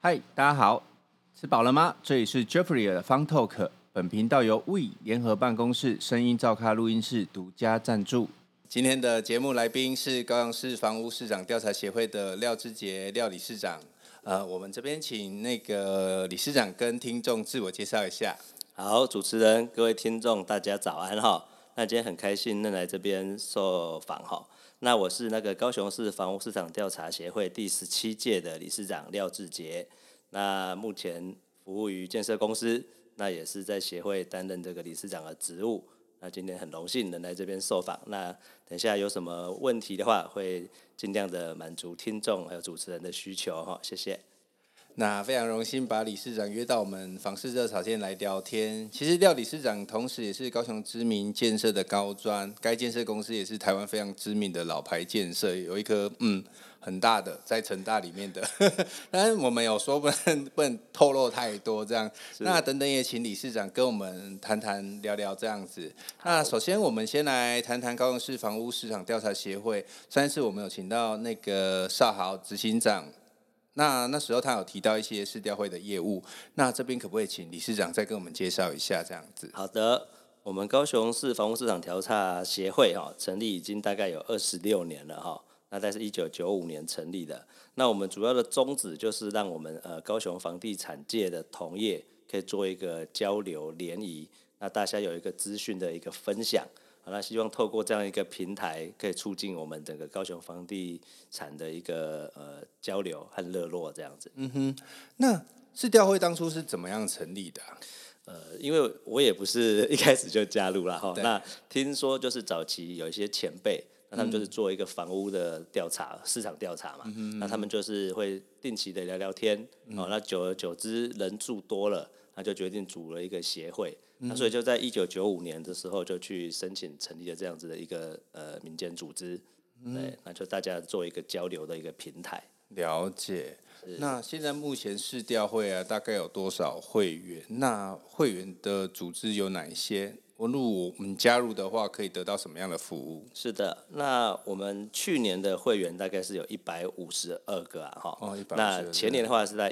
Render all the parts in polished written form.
嗨，大家好，吃饱了吗？这里是 Jeffrey 的 Fun Talk， 本频道由 We 联合办公室声音照咖录音室独家赞助。今天的节目来宾是高雄市房屋市场调查协会的廖志杰廖理事长。我们这边请那个理事长跟听众自我介绍一下。 好，主持人、各位听众，大家早安哈。那今天很开心能来这边受访哈。那我是那个高雄市房屋市场调查协会第17届的理事长廖志杰。那目前服务于建设公司，那也是在协会担任这个理事长的职务。那今天很荣幸能来这边受访。那等一下有什么问题的话，会尽量的满足听众还有主持人的需求哈。谢谢。 那非常荣幸把理事长约到我们房市热炒店来聊天。其实廖理事长同时也是高雄知名建设的高专，该建设公司也是台湾非常知名的老牌建设，有一颗很大的在成大里面的，但是我们有说不能透露太多这样。那等等也请理事长跟我们聊聊这样子。那首先我们先来谈谈高雄市房屋市场调查协会。上一次我们有请到那个邵豪执行长。那时候他有提到一些市调会的业务，那这边可不可以请理事长再跟我们介绍一下这样子？ 好的，我们高雄市房屋市场调查协会成立已经大概有26年了哈，那大概是1995年成立的。那我们主要的宗旨就是让我们高雄房地产界的同业可以做一个交流联谊，那大家有一个资讯的一个分享。那希望透过这样一个平台，可以促进我们整个高雄房地产的一个交流和热络这样子。 那市调会当初是怎么样成立的因为我也不是一开始就加入了哈。那听说就是早期有一些前辈，那他们就是做一个房屋的调查、市场调查嘛。那他们就是会定期的聊聊天，那久而久之人数多了，那就决定组了一个协会。那所以就在1995年的时候就去申请成立了这样子的一个民间组织，对，那就大家做一个交流的一个平台。 了解。那现在目前市调会大概有多少会员？那会员的组织有哪一些？如果我们加入的话，可以得到什么样的服务？ 是的，那我们去年的会员大概是有152个那前年的话是在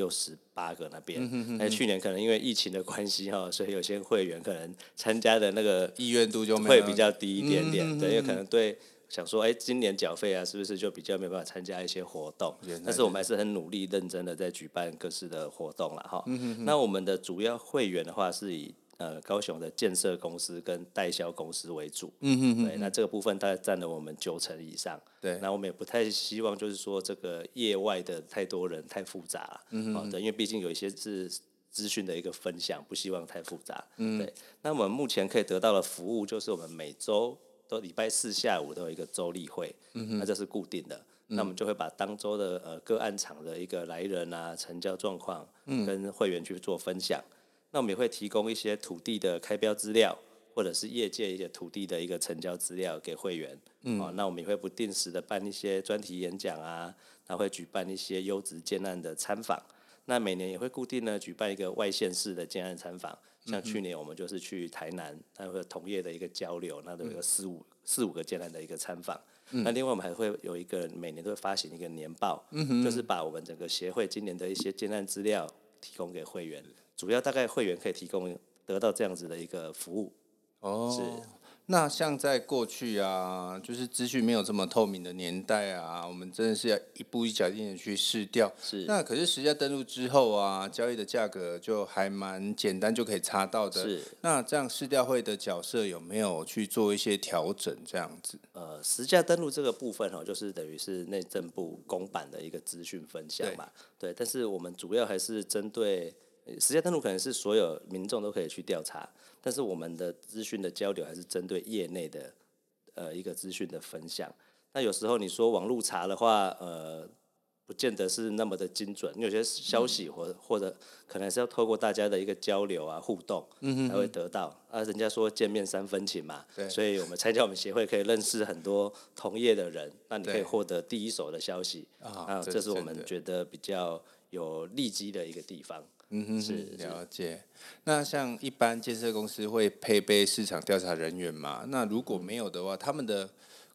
168个那边。那去年可能因为疫情的关系所以有些会员可能参加的那个意愿度就会比较低一点点，对，因为可能对想说，今年缴费是不是就比较没办法参加一些活动？但是我们还是很努力、认真的在举办各式的活动了哈。那我们的主要会员的话是以高雄的建设公司跟代销公司为主，对，那这个部分大概占了我们90%以上。 对， 那我们也不太希望就是说这个业外的太多人太复杂了，对，因为毕竟有一些是资讯的一个分享，不希望太复杂。对，那我们目前可以得到的服务就是我们每周都礼拜4下午都有一个周例会，那这是固定的。那我们就会把当周的个案场的一个来人成交状况，跟会员去做分享。那我们也会提供一些土地的开标资料，或者是业界一些土地的一个成交资料给会员。那我们也会不定时的办一些专题演讲那会举办一些优质建案的参访。那每年也会固定呢举办一个外县市的建案参访，像去年我们就是去台南，那会有同业的一个交流，那都有4-5个建案的一个参访。那另外我们还会有一个每年都会发行一个年报，就是把我们整个协会今年的一些建案资料提供给会员，主要大概会员可以得到这样子的一个服务。 是。那像在过去就是资讯没有这么透明的年代我们真的是要一步一脚印的去试调。 是。 那可是实价登录之后交易的价格就还蛮简单就可以查到的。 是。 那这样市调会的角色有没有去做一些调整这样子？ 实价登录这个部分就是等于是内政部公版的一个资讯分享嘛。对。但是我们主要还是针对实价登录，可能是所有民众都可以去调查。但是我们的资讯的交流还是针对业内的一个资讯的分享。那有时候你说网路查的话，不见得是那么的精准，有些消息或者可能是要透过大家的一个交流互动才会得到。人家说见面3分情嘛，所以我们参加我们协会可以认识很多同业的人，那你可以获得第一手的消息这是我们觉得比较有利基的一个地方。 了解。那像一般建设公司会配备市场调查人员嘛？那如果没有的话，他们的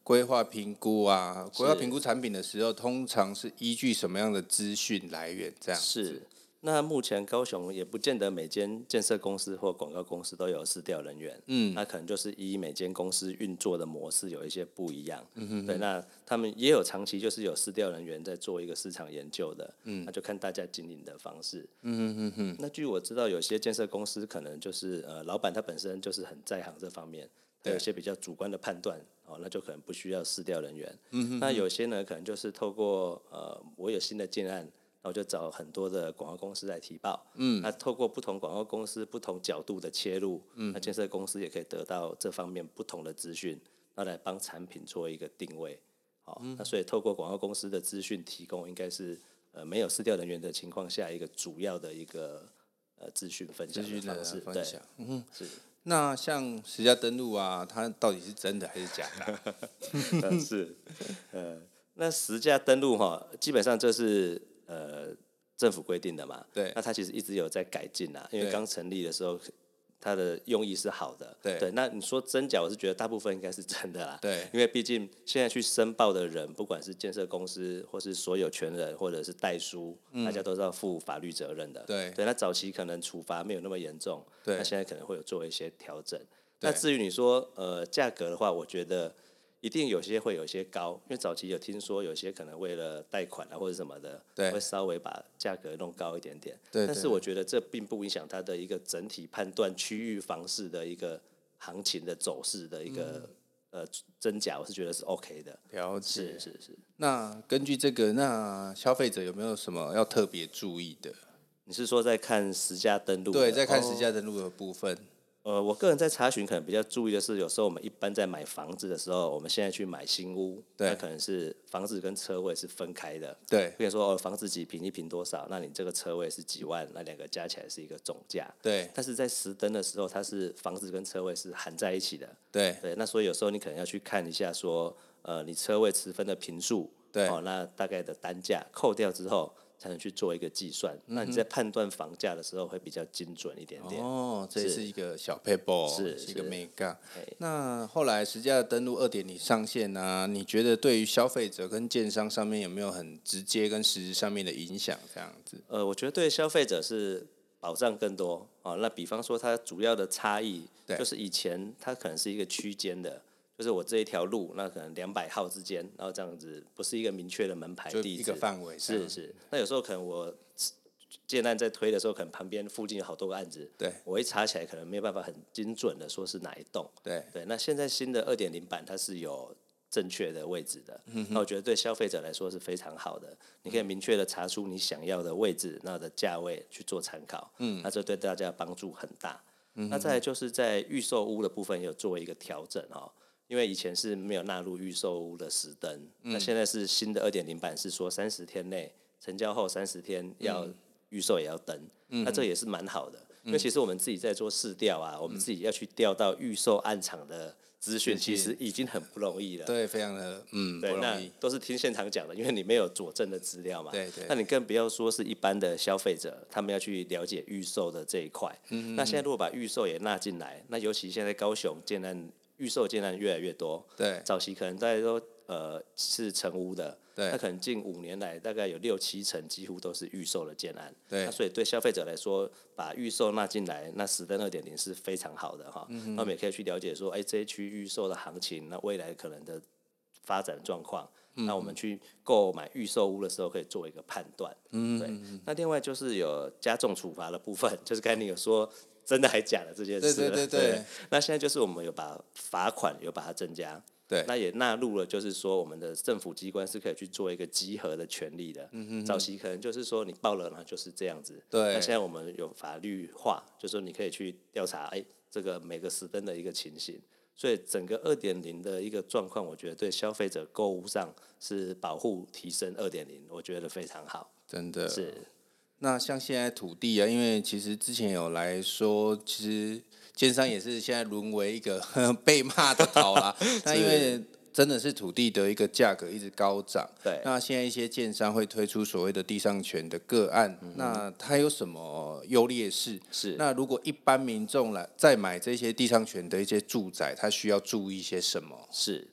规划评估啊，规划评估产品的时候，通常是依据什么样的资讯来源这样子？ 是。那目前高雄也不见得每间建设公司或广告公司都有市调人员，那可能就是依每间公司运作的模式有一些不一样，对，那他们也有长期就是有市调人员在做一个市场研究的，那就看大家经营的方式，那据我知道，有些建设公司可能就是老板他本身就是很在行这方面，有一些比较主观的判断，那就可能不需要市调人员，那有些呢可能就是透过我有新的建案。那我就找很多的广告公司来提报，那透过不同广告公司不同角度的切入，那建设公司也可以得到这方面不同的资讯，那来帮产品做一个定位，那所以透过广告公司的资讯提供，应该是没有市调人员的情况下一个主要的一个资讯分享的方式，对，是。 那像实价登录啊，它到底是真的还是假的？ 是，那实价登录基本上这是政府规定的嘛， 对， 那它其实一直有在改进因为刚成立的时候，它的用意是好的， 对， 那你说真假，我是觉得大部分应该是真的啦， 对， 因为毕竟现在去申报的人，不管是建设公司或是所有权人或者是代书，大家都是要负法律责任的， 对， 那早期可能处罚没有那么严重， 对， 那现在可能会有做一些调整，那至于你说价格的话，我觉得。一定有些会有些高，因为早期有听说有些可能为了贷款或者什么的，会稍微把价格弄高一点点。但是我觉得这并不影响它的一个整体判断区域房市的一个行情的走势的一个真假，我是觉得是 OK 的。 了解， 是。 那根据这个，那消费者有没有什么要特别注意的？ 你是说在看实价登录？ 对，在看实价登录的部分。 我个人在查询可能比较注意的是，有时候我们一般在买房子的时候，我们现在去买新屋，那可能是房子跟车位是分开的。 对， 比如说房子几平，一平多少，那你这个车位是几万，那两个加起来是一个总价。 对。 但是在实登的时候，它是房子跟车位是含在一起的。 对。 那所以有时候你可能要去看一下说，你车位持分的坪数， 对， 那大概的单价扣掉之后。才能去做一个计算，那你在判断房价的时候会比较精准一点点。 这是一个小 paper， 是一个 mega。那后来实价登录2.0上线啊，你觉得对于消费者跟建商上面有没有很直接跟实质上面的影响？这样子？ 我觉得对消费者是保障更多那比方说它主要的差异，就是以前它可能是一个区间的。就是我这一条路，那可能200号之间，然后这样子不是一个明确的门牌地址， 一个范围。 是。那有时候可能我建案在推的时候，可能旁边附近有好多个案子， 对， 我一查起来可能没有办法很精准的说是哪一栋。 对。 那现在新的2.0版它是有正确的位置的，那我觉得对消费者来说是非常好的，你可以明确的查出你想要的位置，那的价位去做参考，那这对大家帮助很大。那再来就是在预售屋的部分有做一个调整因为以前是没有纳入预售屋的实登，那现在是新的2.0版是说30天内成交后30天要预售也要登，那这也是蛮好的，因为其实我们自己在做市调啊，我们自己要去调到预售案场的资讯，其实已经很不容易了。 对，非常的不容易， 都是听现场讲的，因为你没有佐证的资料嘛。 对。 那你更不要说是一般的消费者，他们要去了解预售的这一块。那现在如果把预售也纳进来，那尤其现在高雄建案预售建案越来越多， 对， 早期可能大家都是成屋的， 对， 那可能近5年来大概有6-7成几乎都是预售的建案， 对， 那所以对消费者来说，把预售纳进来，那实登2.0是非常好的那我们也可以去了解说，这一区预售的行情，那未来可能的发展状况，那我们去购买预售屋的时候可以做一个判断，对。那另外就是有加重处罚的部分，就是刚才你有说。真的还假的这件事， 对。 那现在就是我们有把罚款有把它增加， 对。 那也纳入了，就是说我们的政府机关是可以去做一个稽核的权利的。早期可能就是说你报了呢就是这样子， 对。 那现在我们有法律化，就是说你可以去调查，这个每个实登的一个情形。所以整个2.0的一个状况，我觉得对消费者购物上是保护提升2.0，我觉得非常好， 真的是。 那像现在土地啊，因为其实之前有来说，其实建商也是现在沦为一个被骂的头啦。那因为真的是土地的一个价格一直高涨， 对。 那现在一些建商会推出所谓的地上权的个案，那它有什么优劣势？ 是。 那如果一般民众来再买这些地上权的一些住宅，他需要注意些什么？ 是。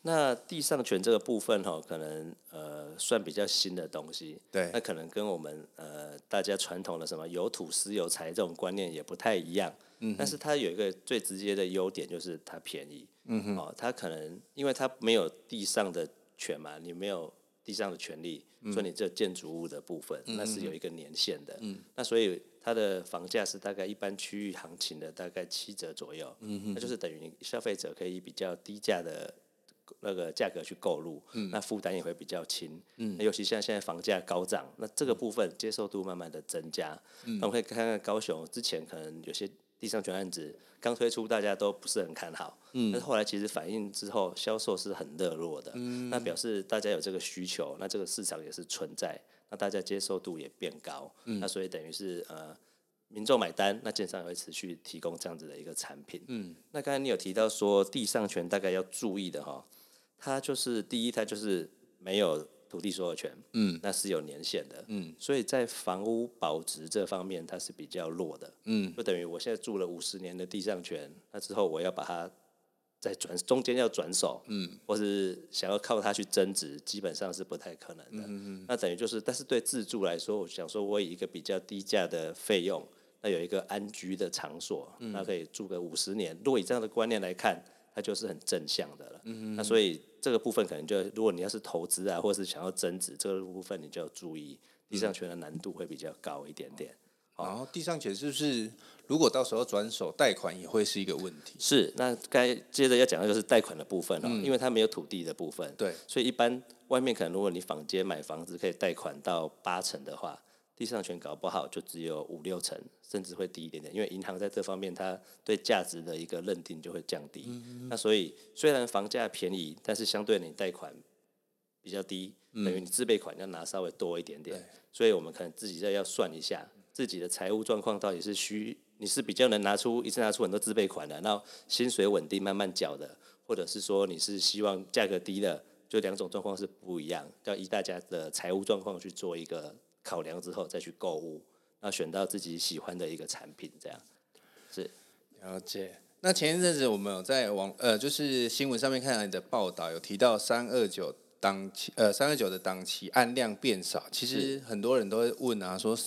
那地上权这个部分可能算比较新的东西， 对， 那可能跟我们大家传统的什么有土私有财这种观念也不太一样，但是它有一个最直接的优点就是它便宜，它可能因为它没有地上的权嘛，你没有地上的权利，所以你这建筑物的部分那是有一个年限的，那所以它的房价是大概一般区域行情的大概7折左右，那就是等于你消费者可以比较低价的那个价格去购入，那负担也会比较轻，尤其像现在房价高涨，那这个部分接受度慢慢的增加，那我们可以看看高雄之前可能有些地上权案子刚推出，大家都不是很看好，但是后来其实反应之后销售是很热络的，那表示大家有这个需求，那这个市场也是存在，那大家接受度也变高，那所以等于是民众买单，那建商也会持续提供这样子的一个产品。那刚才你有提到说地上权大概要注意的它就是第一，它就是没有土地所有权，那是有年限的，所以在房屋保值这方面它是比较弱的，就等于我现在住了50年的地上权，那之后我要把它在中间要转手，或是想要靠它去增值，基本上是不太可能的。那等于就是，但是对自住来说，我想说我以一个比较低价的费用，那有一个安居的场所，那可以住个50年。如果以这样的观念来看，它就是很正向的了。那所以这个部分可能就，如果你要是投资啊，或是想要增值这个部分，你就要注意地上权的难度会比较高一点点。 然后地上权是不是如果到时候转手贷款也会是一个问题？ 是，那该接着要讲的就是贷款的部分因为它没有土地的部分， 对， 所以一般外面可能如果你坊间买房子可以贷款到8成的话，地上权搞不好就只有5-6成，甚至会低一点点，因为银行在这方面它对价值的一个认定就会降低。那所以虽然房价便宜，但是相对你贷款比较低，等于你自备款要拿稍微多一点点，所以我们可能自己要算一下自己的财务状况到底是你是比较能一次拿出很多自备款的，然后薪水稳定慢慢缴的，或者是说你是希望价格低的，就两种状况是不一样，要依大家的财务状况去做一个考量之后再去购物，然后选到自己喜欢的一个产品，这样是了解。那前一阵子我们有在就是新闻上面看到你的报道，有提到329的档期案量变少，其实很多人都会问啊，说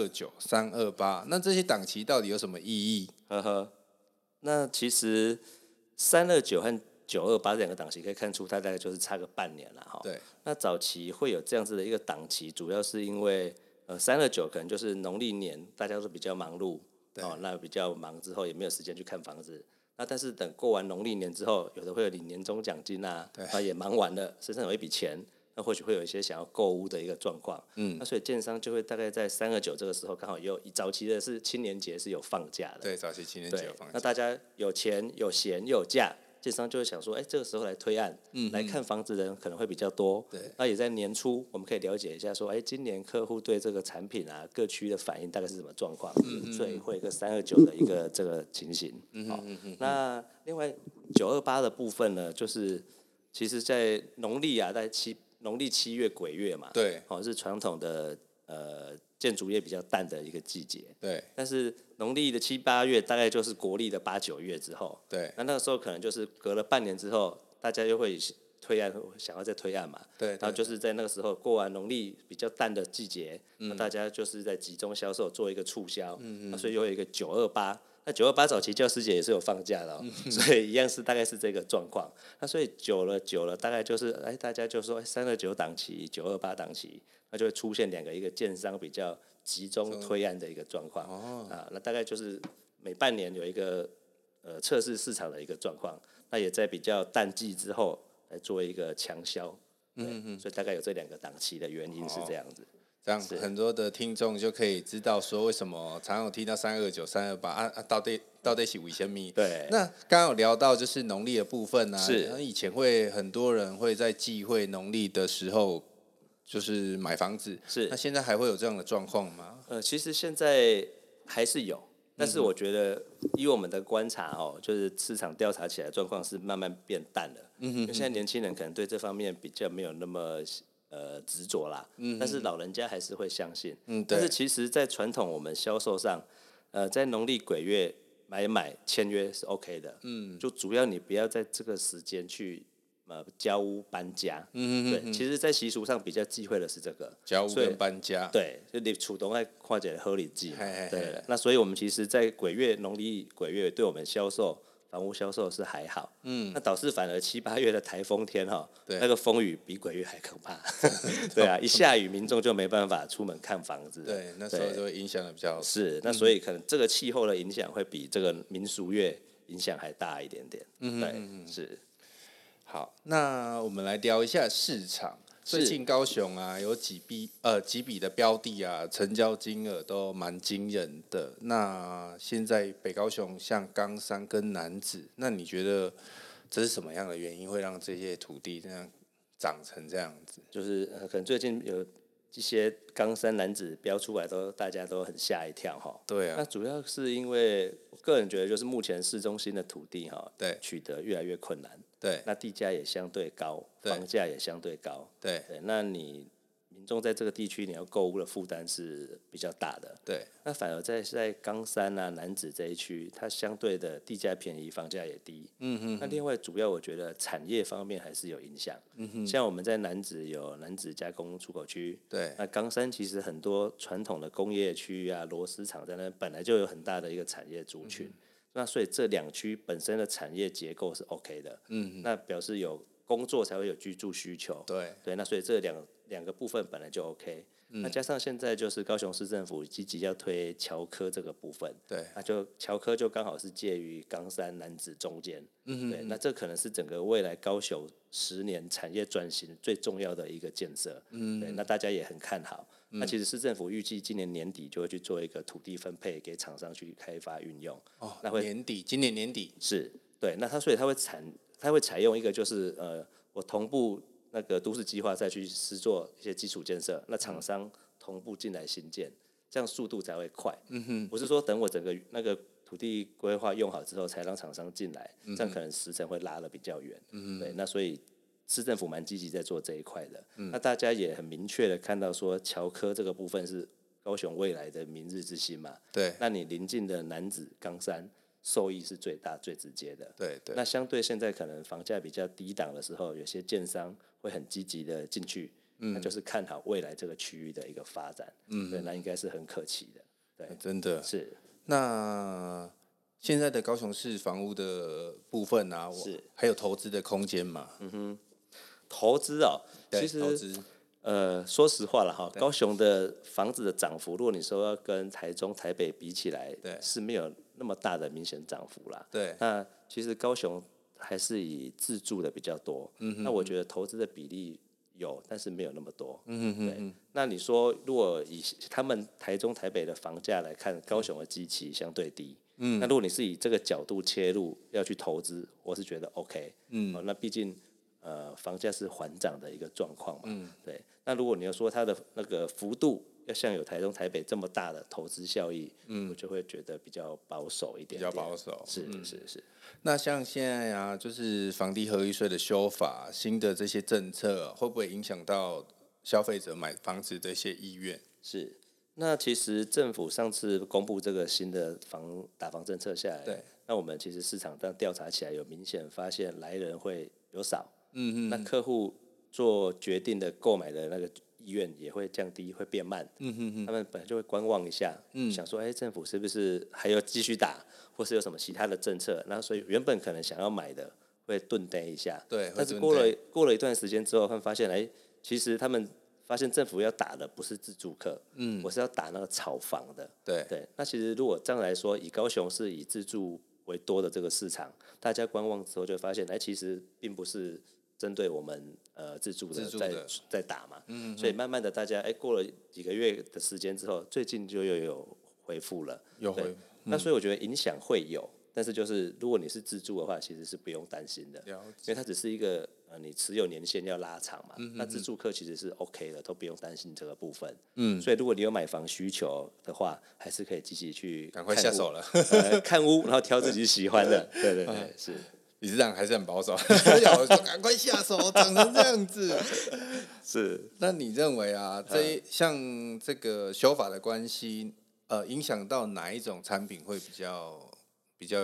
329、328，那这些档期到底有什么意义？ 那其实329和928这两个档期可以看出，它大概就是差个半年了对。 那早期会有这样子的一个档期，主要是因为329可能就是农历年大家都比较忙碌，那比较忙之后也没有时间去看房子。那但是等过完农历年之后，有的会有领年终奖金啊，也忙完了，身上有一笔钱，那或许会有一些想要购屋的一个状况。那所以建商就会大概在329这个时候，刚好早期的是青年节是有放假的， 对，早期青年节有放假。 那大家有钱有闲又有假，建商就会想说，这个时候来推案，来看房子的人可能会比较多。 对， 那也在年初，我们可以了解一下说，今年客户对这个产品啊，各区的反应大概是什么状况，所以会有一个329的一个这个情形。那另外928的部分呢，就是其实在农历7月癸月嘛， 对， 是传统的建筑业比较淡的一个季节， 对。 但是农历的7、8月大概就是国历的8、9月之后， 对。 那个时候可能就是隔了半年之后，大家又会推案，想要再推案嘛， 对。 然后就是在那个时候过完农历比较淡的季节，那大家就是在集中销售做一个促销，所以又有一个928。那928早期教师节也是有放假的所以一样是大概是这个状况。那所以久了，大概就是大家就说329档期、928档期，那就会出现一个建商比较集中推案的一个状况。那大概就是每半年有一个测试市场的一个状况，那也在比较淡季之后来做一个强销。所以大概有这2个档期的原因是这样子。 这样很多的听众就可以知道说为什么常有听到329、328到底是为什么？ 对。 那刚刚有聊到就是农历的部分啊， 是以前很多人会在忌讳农历的时候就是买房子， 是。 那现在还会有这样的状况吗？ 其实现在还是有，但是我觉得以我们的观察就是市场调查起来状况是慢慢变淡了。因为现在年轻人可能对这方面比较没有那么执着啦，但是老人家还是会相信。但是其实，在传统我们销售上，在农历癸月买签约是 OK 的。就主要你不要在这个时间去交屋搬家。对，其实，在习俗上比较忌讳的是这个交屋跟搬家。 对，就你厝东爱看一个好日子嘛。对，那所以我们其实，在农历鬼月对我们房屋销售是还好。那导致反而7、8月的台风天那个风雨比鬼月还可怕。对啊，一下雨民众就没办法出门看房子。 对，那时候就会影响的比较是。那所以可能这个气候的影响会比这个民俗月影响还大一点点。对，是。 好，那我们来聊一下市场。最近高雄啊，有几笔的标的啊，成交金额都蛮惊人的。那现在北高雄像冈山跟楠梓，那你觉得这是什么样的原因会让这些土地这样长成这样子？ 就是可能最近有一些冈山楠梓标出来大家都很吓一跳哈。 对啊。 那主要是因为我个人觉得，就是目前市中心的土地对， 取得越来越困难。 对， 那地价也相对高，房价也相对高。 对， 那你民众在这个地区你要购物的负担是比较大的。 对， 那反而在冈山啊、楠梓这一区，它相对的地价便宜，房价也低。那另外主要我觉得产业方面还是有影响。像我们在楠梓有楠梓加工出口区。 对。 那冈山其实很多传统的工业区啊、螺丝厂在那本来就有很大的一个产业族群。那所以这2区本身的产业结构是 OK 的。那表示有工作才会有居住需求。 对， 那所以这两个部分本来就 OK。那加上现在就是高雄市政府积极要推侨科这个部分。 对， 那就侨科就刚好是介于冈山楠梓中间。对，那这可能是整个未来高雄10年产业转型最重要的一个建设。对，那大家也很看好。那其实市政府预计今年年底就会去做一个土地分配给厂商去开发运用。 那会今年年底是。对，那所以它会采用一个就是我同步那个都市计划再去施作一些基础建设，那厂商同步进来新建，这样速度才会快。不是说等我整个那个土地规划用好之后才让厂商进来，这样可能时程会拉得比较远。对，那所以市政府蛮积极在做这一块的。那大家也很明确的看到说，侨科这个部分是高雄未来的明日之星嘛。 对。 那你邻近的楠梓、冈山受益是最大最直接的。 对。 那相对现在可能房价比较低档的时候，有些建商会很积极的进去。那就是看好未来这个区域的一个发展。对，那应该是很可期的。对， 真的是。 那现在的高雄市房屋的部分啊，还有投资的空间嘛？ 投资其实投资说实话了高雄的房子的涨幅，如果你说要跟台中、台北比起来，是没有那么大的明显涨幅啦。 对。 那其实高雄还是以自住的比较多。那我觉得投资的比例有，但是没有那么多。对。那你说，如果以他们台中、台北的房价来看，高雄的基期相对低。那如果你是以这个角度切入要去投资，我是觉得 OK。那毕竟房价是缓涨的一个状况嘛。对。那如果你要说它的那个幅度要像有台中、台北这么大的投资效益，我就会觉得比较保守一点点。 比较保守。 是。 那像现在啊，就是房地合一税的修法，新的这些政策，会不会影响到消费者买房子的一些意愿？ 是。那其实政府上次公布这个新的打房政策下来， 对。 那我们其实市场当调查起来，有明显发现来人会有少。那客户做决定的购买的那个意愿也会降低，会变慢。他们本来就会观望一下，想说，政府是不是还要继续打，或是有什么其他的政策？那所以原本可能想要买的会顿呆一下。 对。 但是过了一段时间之后，他们发现，其实他们发现政府要打的不是自住客，我是要打那个炒房的。 对。 那其实如果这样来说，以高雄是以自住为多的这个市场，大家观望之后就发现，其实并不是针对我们自住的在打嘛。所以慢慢的大家过了几个月的时间之后，最近就又有回复了。那所以我觉得影响会有，但是就是如果你是自住的话，其实是不用担心的，因为它只是一个你持有年限要拉长嘛。那自住客其实是 OK 的，都不用担心这个部分。所以如果你有买房需求的话，还是可以积极去赶快下手了。 看屋，然后挑自己喜欢的。对，是。 理事长还是很保守，我说赶快下手，长成这样子。 是。 那你认为啊，像这个修法的关系，影响到哪一种产品会比较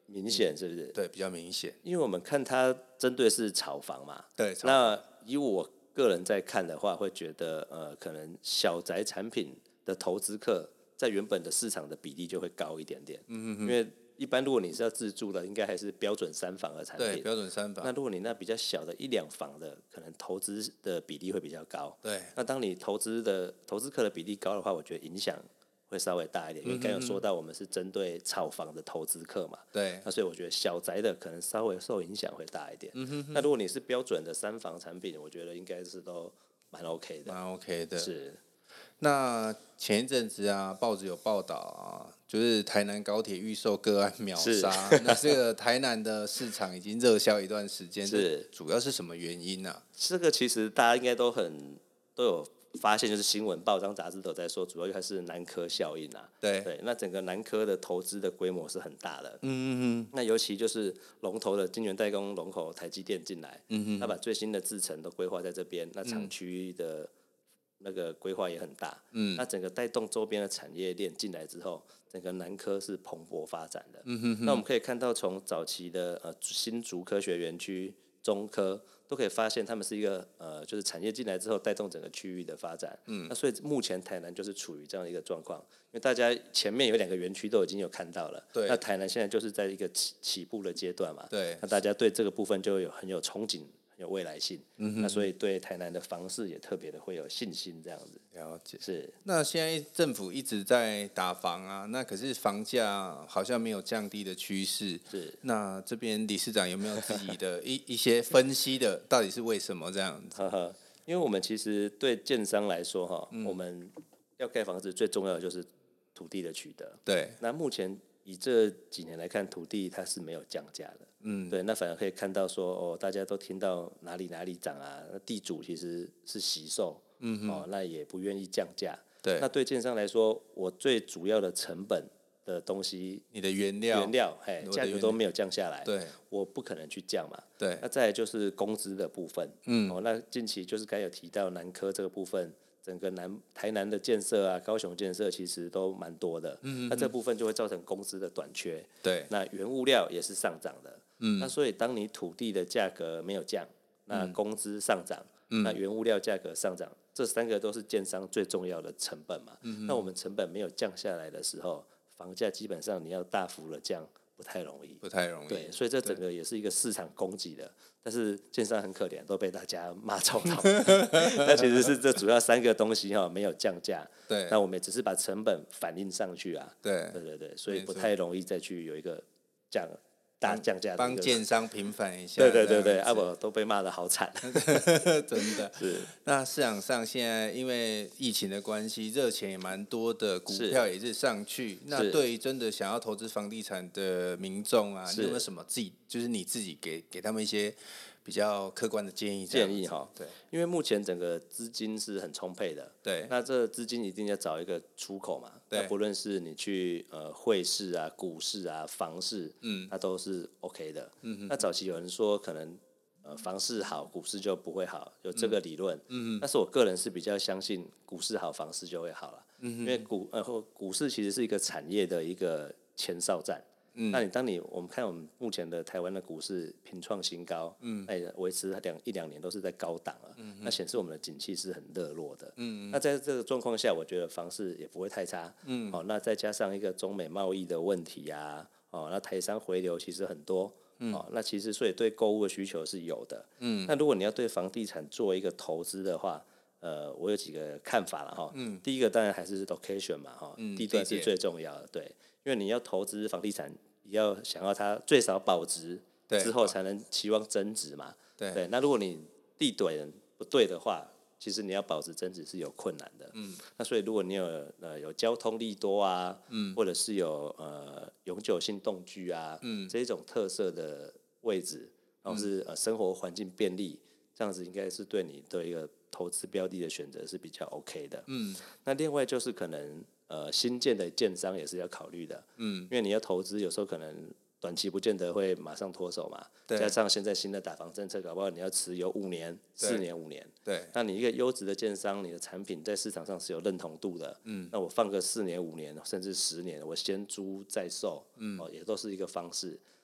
明显，是不是？ 对，比较明显。 因为我们看它针对是炒房嘛， 对， 那以我个人在看的话，会觉得可能小宅产品的投资客在原本的市场的比例就会高一点点。因为一般如果你是要自住的，应该还是标准3房的产品。 对，标准3房。 那如果你那比较小的1、2房的，可能投资的比例会比较高。 对。 那当你投资客的比例高的话，我觉得影响会稍微大一点，因为刚有说到我们是针对炒房的投资客嘛， 对， 那所以我觉得小宅的可能稍微受影响会大一点。那如果你是标准的3房产品，我觉得应该是都蛮 OK 的， 蛮 OK 的。 是。 那前一阵子啊，报纸有报道啊，就是台南高铁预售个案秒杀，那这个台南的市场已经热销一段时间， 是主要是什么原因呢？ 这个其实大家应该都有发现，就是新闻、报章、杂志都在说，主要还是南科效应啊。 对， 那整个南科的投资的规模是很大的。那尤其就是龙头的晶圆代工龙头台积电进来，他把最新的制程都规划在这边，那厂区的那个规划也很大。那整个带动周边的产业链进来之后，整个南科是蓬勃发展的。那我们可以看到，从早期的新竹科学园区、中科。都可以发现，他们是一个就是产业进来之后带动整个区域的发展。那所以目前台南就是处于这样一个状况，因为大家前面有2个园区都已经有看到了， 对。 那台南现在就是在一个起步的阶段嘛， 对。 那大家对这个部分就很有憧憬，很有未来性。那所以对台南的房市也特别的会有信心，这样子。 了解。 是。 那现在政府一直在打房啊，那可是房价好像没有降低的趋势。 是。 那这边理事长有没有自己的一些分析的，到底是为什么这样子？ 因为我们其实对建商来说我们要盖房子最重要的就是土地的取得。 对。 那目前以这几年来看，土地它是没有降价的。对，那反而可以看到说大家都听到哪里涨啊，那地主其实是惜售，那也不愿意降价。 对。 那对建商来说，我最主要的成本的东西， 你的原料， 价格都没有降下来， 对， 我不可能去降嘛。 对。 那再来就是工资的部分，那近期就是刚有提到南科这个部分。整个台南的建设啊，高雄建设其实都蛮多的，那这部分就会造成工资的短缺。 对。 那原物料也是上涨的，那所以当你土地的价格没有降，那工资上涨，那原物料价格上涨，这3个都是建商最重要的成本嘛。那我们成本没有降下来的时候，房价基本上你要大幅的降不太容易。对，所以这整个也是一个市场供给的。但是建商很可怜，都被大家骂臭头。那其实是这主要3个东西没有降价。 对。 那我们也只是把成本反映上去啊。 对， 所以不太容易再去有一个大降价的帮建商平反一下。 对，我都被骂得好惨。 真的是。那市场上现在因为疫情的关系，热钱也蛮多的，股票也是上去。那对于真的想要投资房地产的民众啊，你有没有什么就是你自己给他们一些比较客观的建议？ 对，因为目前整个资金是很充沛的。 对。 那这资金一定要找一个出口嘛。 对。 那不论是你去汇市啊、股市啊、房市，那都是 OK 的。那早期有人说可能房市好，股市就不会好，有这个理论。但是我个人是比较相信股市好，房市就会好了。因为股市其实是一个产业的一个前哨站。那我们看我们目前的台湾的股市频创新高，那也维持1、2年都是在高档了，那显示我们的景气是很热络的。那在这个状况下，我觉得房市也不会太差。那再加上一个中美贸易的问题啊，那台商回流其实很多。那其实所以对购物的需求是有的。那如果你要对房地产做一个投资的话，我有几个看法了第一个当然还是 location 嘛地段是最重要的。对，因为你要投资房地产，要想要它最少保值之后才能期望增值嘛。对。那如果你地点不对的话，其实你要保值增值是有困难的。那所以如果你有交通利多啊，或者是有永久性动居啊，这一种特色的位置，然后是生活环境便利，这样子应该是对你的一个投资标的的选择是比较 OK 的。那另外就是可能新建的建商也是要考虑的。因为你要投资，有时候可能短期不见得会马上脱手嘛。加上现在新的打房政策，搞不好你要持有5年、4年、5年。 对。 那你一个优质的建商，你的产品在市场上是有认同度的。那我放个4年、5年，甚至10年，我先租再售，也都是一个方式。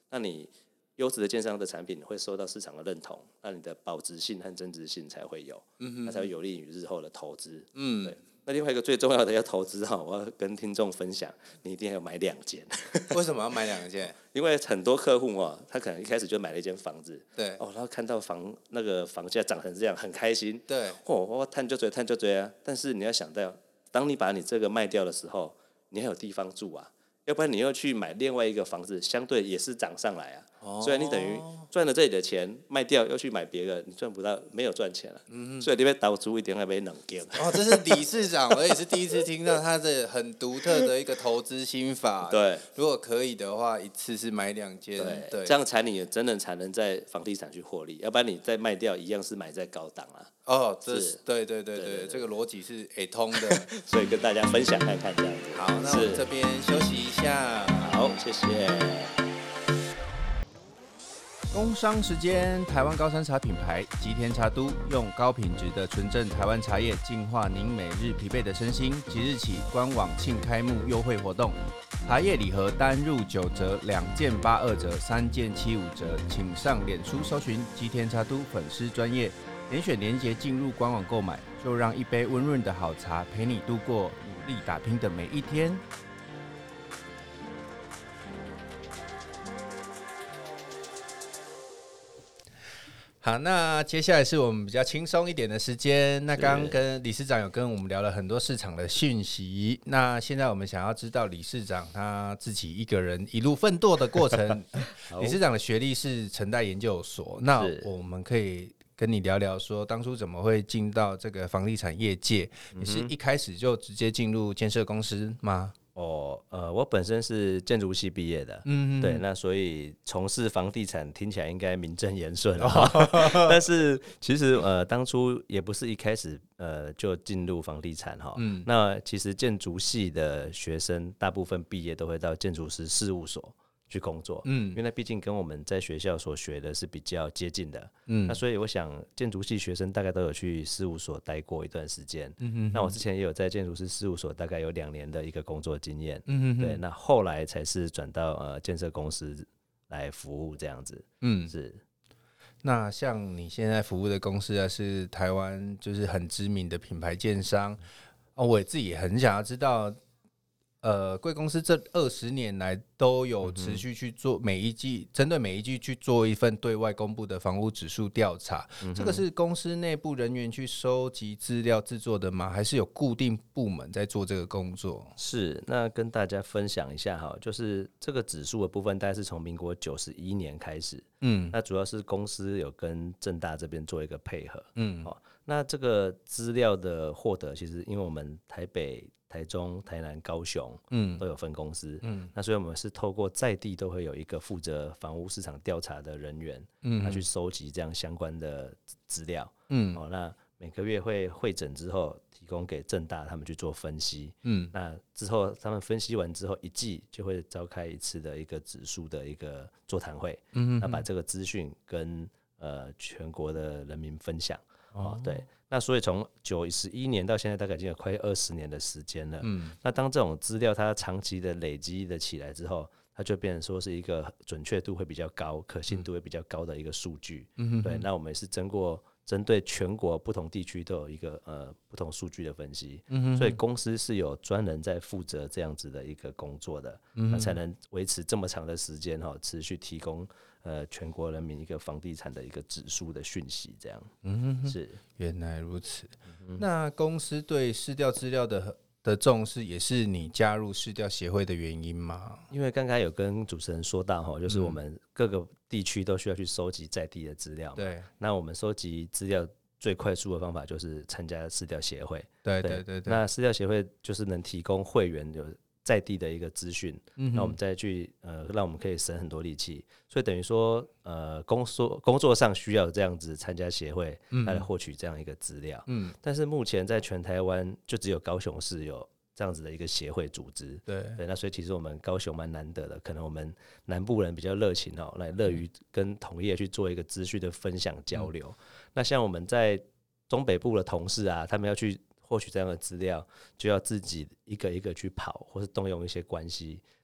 那你优质的建商的产品会受到市场的认同，那你的保值性和增值性才会有，那才会有利于日后的投资。对。那另外一个最重要的要投资我要跟听众分享，你一定要买2间。 为什么要买2间？ 因为很多客户他可能一开始就买了一间房子， 对， 然后看到那个房价涨成这样，很开心， 对， 我探就追啊。但是你要想到，当你把你这个卖掉的时候，你还有地方住啊，要不然你又去买另外一个房子，相对也是涨上来啊。所以你等于赚了这里的钱，卖掉又去买别的，你赚不到，没有赚钱了。所以你要投资一定要买2间。 这是理事长，我也是第一次听到他的很独特的一个投资心法。 对， 如果可以的话，一次是买2间，对， 这样你真的才能在房地产去获利，要不然你再卖掉一样是买在高档啊。 这是对，这个逻辑是通的， 所以跟大家分享看看这样子。 好，那我们这边休息一下。 好，谢谢。 工商时间，台湾高山茶品牌吉田茶都用高品质的纯正台湾茶叶净化您每日疲惫的身心。即日起官网庆开幕优惠活动，茶叶礼盒单入9折，2件82折，3件75折。请上脸书搜寻吉田茶都粉丝专页，点选连结进入官网购买，就让一杯温润的好茶陪你度过努力打拼的每一天。好，那接下来是我们比较轻松一点的时间。那刚刚跟理事长有跟我们聊了很多市场的讯息，那现在我们想要知道理事长他自己一个人一路奋斗的过程。理事长的学历是成大研究所，那我们可以跟你聊聊说，当初怎么会进到这个房地产业界？你是一开始就直接进入建设公司吗？ 我本身是建筑系毕业的，对，那所以从事房地产听起来应该名正言顺但是其实当初也不是一开始就进入房地产那其实建筑系的学生大部分毕业都会到建筑师事务所去工作，因为那毕竟跟我们在学校所学的是比较接近的，那所以我想建筑系学生大概都有去事务所待过一段时间，那我之前也有在建筑师事务所大概有2年的一个工作经验，对，那后来才是转到建设公司来服务这样子，是。 那像你现在服务的公司啊，是台湾就是很知名的品牌建商，我自己也很想要知道。贵公司这20年来都有持续去做针对每一季去做一份对外公布的房屋指数调查，这个是公司内部人员去收集资料制作的吗？还是有固定部门在做这个工作？ 是，那跟大家分享一下就是这个指数的部分大概是从民国91年开始，那主要是公司有跟政大这边做一个配合，那这个资料的获得，其实因为我们台北、台中、台南、高雄，都有分公司，那所以我们是透过在地都会有一个负责房屋市场调查的人员，他去收集这样相关的资料，那每个月会汇整之后提供给政大他们去做分析，那之后他们分析完之后，一季就会召开一次的一个指数的一个座谈会，那把这个资讯跟全国的人民分享。对，那所以从91年到现在大概已经有快20年的时间了，那当这种资料它长期的累积的起来之后，它就变成说是一个准确度会比较高、可信度会比较高的一个数据，对，那我们也是针对全国不同地区都有一个不同数据的分析，所以公司是有专人在负责这样子的一个工作的，那才能维持这么长的时间持续提供全国人民一个房地产的一个指数的讯息，这样，是原来如此。那公司对市调资料的重视，也是你加入市调协会的原因吗？ 因为刚刚有跟主持人说到就是我们各个地区都需要去收集在地的资料， 对， 那我们收集资料最快速的方法就是参加市调协会， 对， 那市调协会就是能提供会员有在地的一个资讯，那我们再去让我们可以省很多力气，所以等于说工作上需要这样子参加协会来获取这样一个资料，但是目前在全台湾就只有高雄市有这样子的一个协会组织，对，那所以其实我们高雄蛮难得的，可能我们南部人比较热情来乐于跟同业去做一个资讯的分享交流，那像我们在中北部的同事啊，他们要去获取这样的资料，就要自己一个一个去跑，或是动用一些关系，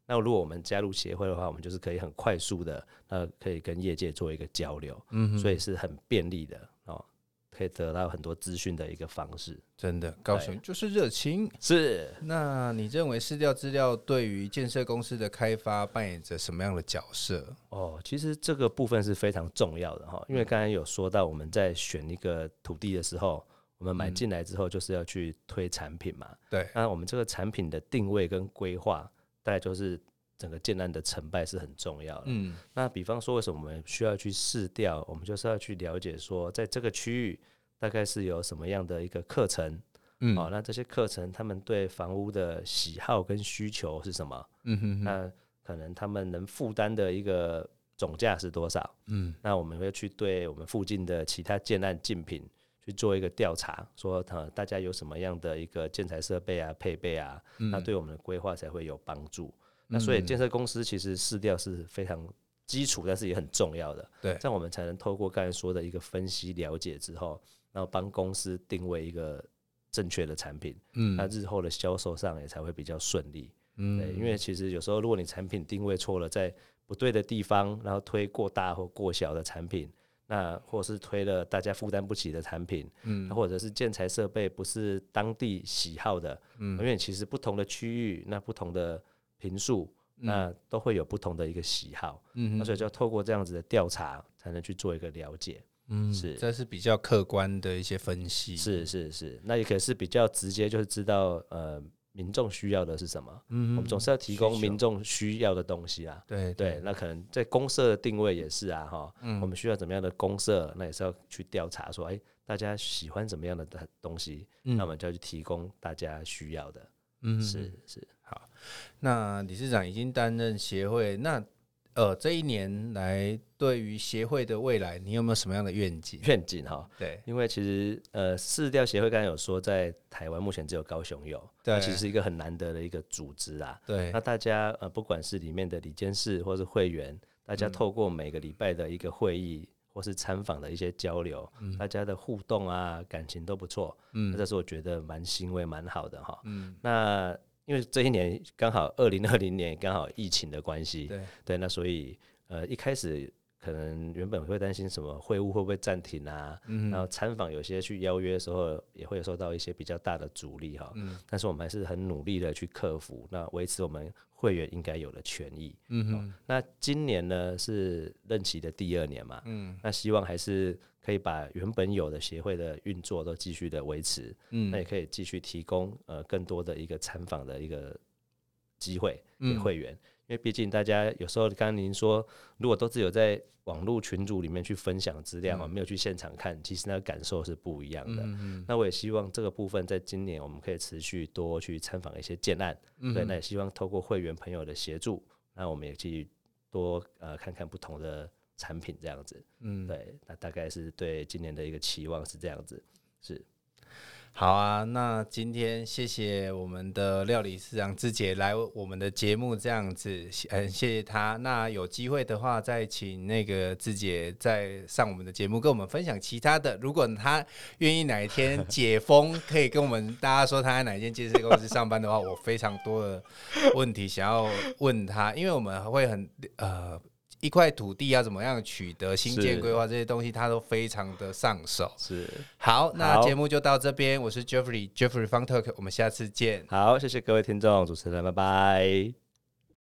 那如果我们加入协会的话，我们就是可以很快速的，可以跟业界做一个交流，所以是很便利的哦，可以得到很多资讯的一个方式。 真的，高雄就是热情。 是。 那你认为市调资料对于建设公司的开发扮演着什么样的角色？ 其实这个部分是非常重要的哈，因为刚才有说到我们在选一个土地的时候，我们买进来之后就是要去推产品嘛。 对。 那我们这个产品的定位跟规划，大概就是整个建案的成败是很重要的。那比方说为什么我们需要去市调，我们就是要去了解说在这个区域大概是有什么样的一个课程，那这些课程他们对房屋的喜好跟需求是什么，那可能他们能负担的一个总价是多少，那我们会去对我们附近的其他建案竞品去做一个调查，说大家有什么样的一个建材设备啊配备啊，那对我们的规划才会有帮助。那所以建设公司其实市调是非常基础，但是也很重要的。 对， 这样我们才能透过刚才说的一个分析了解之后，然后帮公司定位一个正确的产品，那日后的销售上也才会比较顺利。对，因为其实有时候如果你产品定位错了，在不对的地方，然后推过大或过小的产品，那或是推了大家负担不起的产品，或者是建材设备不是当地喜好的，因为其实不同的区域，那不同的坪数，那都会有不同的一个喜好，那所以就要透过这样子的调查，才能去做一个了解。 这是比较客观的一些分析。 是，那也可以是比较直接，就是知道民众需要的是什么。我们总是要提供民众需要的东西啊。对，那可能在公社的定位也是啊，我们需要怎么样的公社，那也是要去调查说，大家喜欢怎么样的东西，那我们就要去提供大家需要的。是。 好，那理事长已经担任协会，那这一年来对于协会的未来，你有没有什么样的愿景？ 对，因为其实市调协会刚才有说，在台湾目前只有高雄有，对，其实是一个很难得的一个组织啦。 对， 那大家不管是里面的理监事或是会员，大家透过每个礼拜的一个会议或是参访的一些交流，大家的互动啊，感情都不错。那这是我觉得蛮欣慰、蛮好的哈。那因为这一年刚好2020年刚好疫情的关系，对，那所以一开始可能原本会担心什么会务会不会暂停啊，然后参访有些去邀约的时候也会受到一些比较大的阻力哈，但是我们还是很努力的去克服，那维持我们会员应该有的权益。那今年呢是任期的第2年嘛，那希望还是可以把原本有的协会的运作都继续的维持，那也可以继续提供更多的一个参访的一个机会给会员。因为毕竟大家有时候，刚刚您说，如果都只有在网络群组里面去分享资料，没有去现场看，其实那个感受是不一样的。那我也希望这个部分在今年我们可以持续多去参访一些建案，对，那也希望透过会员朋友的协助，那我们也去多看看不同的产品这样子。对，那大概是对今年的一个期望是这样子，是。 好啊，那今天谢谢我们的料理市长芝姐来我们的节目，这样子，谢谢她。那有机会的话，再请那个芝姐再上我们的节目，跟我们分享其他的。如果她愿意哪一天解封，可以跟我们大家说她在哪一间建设公司上班的话，我非常多的问题想要问她，因为我们会很一块土地要怎么样取得新建规划这些东西，他都非常的上手。 是， 好，那节目就到这边，我是 Jeffrey Fun Talk， 我们下次见。 好，谢谢各位听众，主持人，拜拜。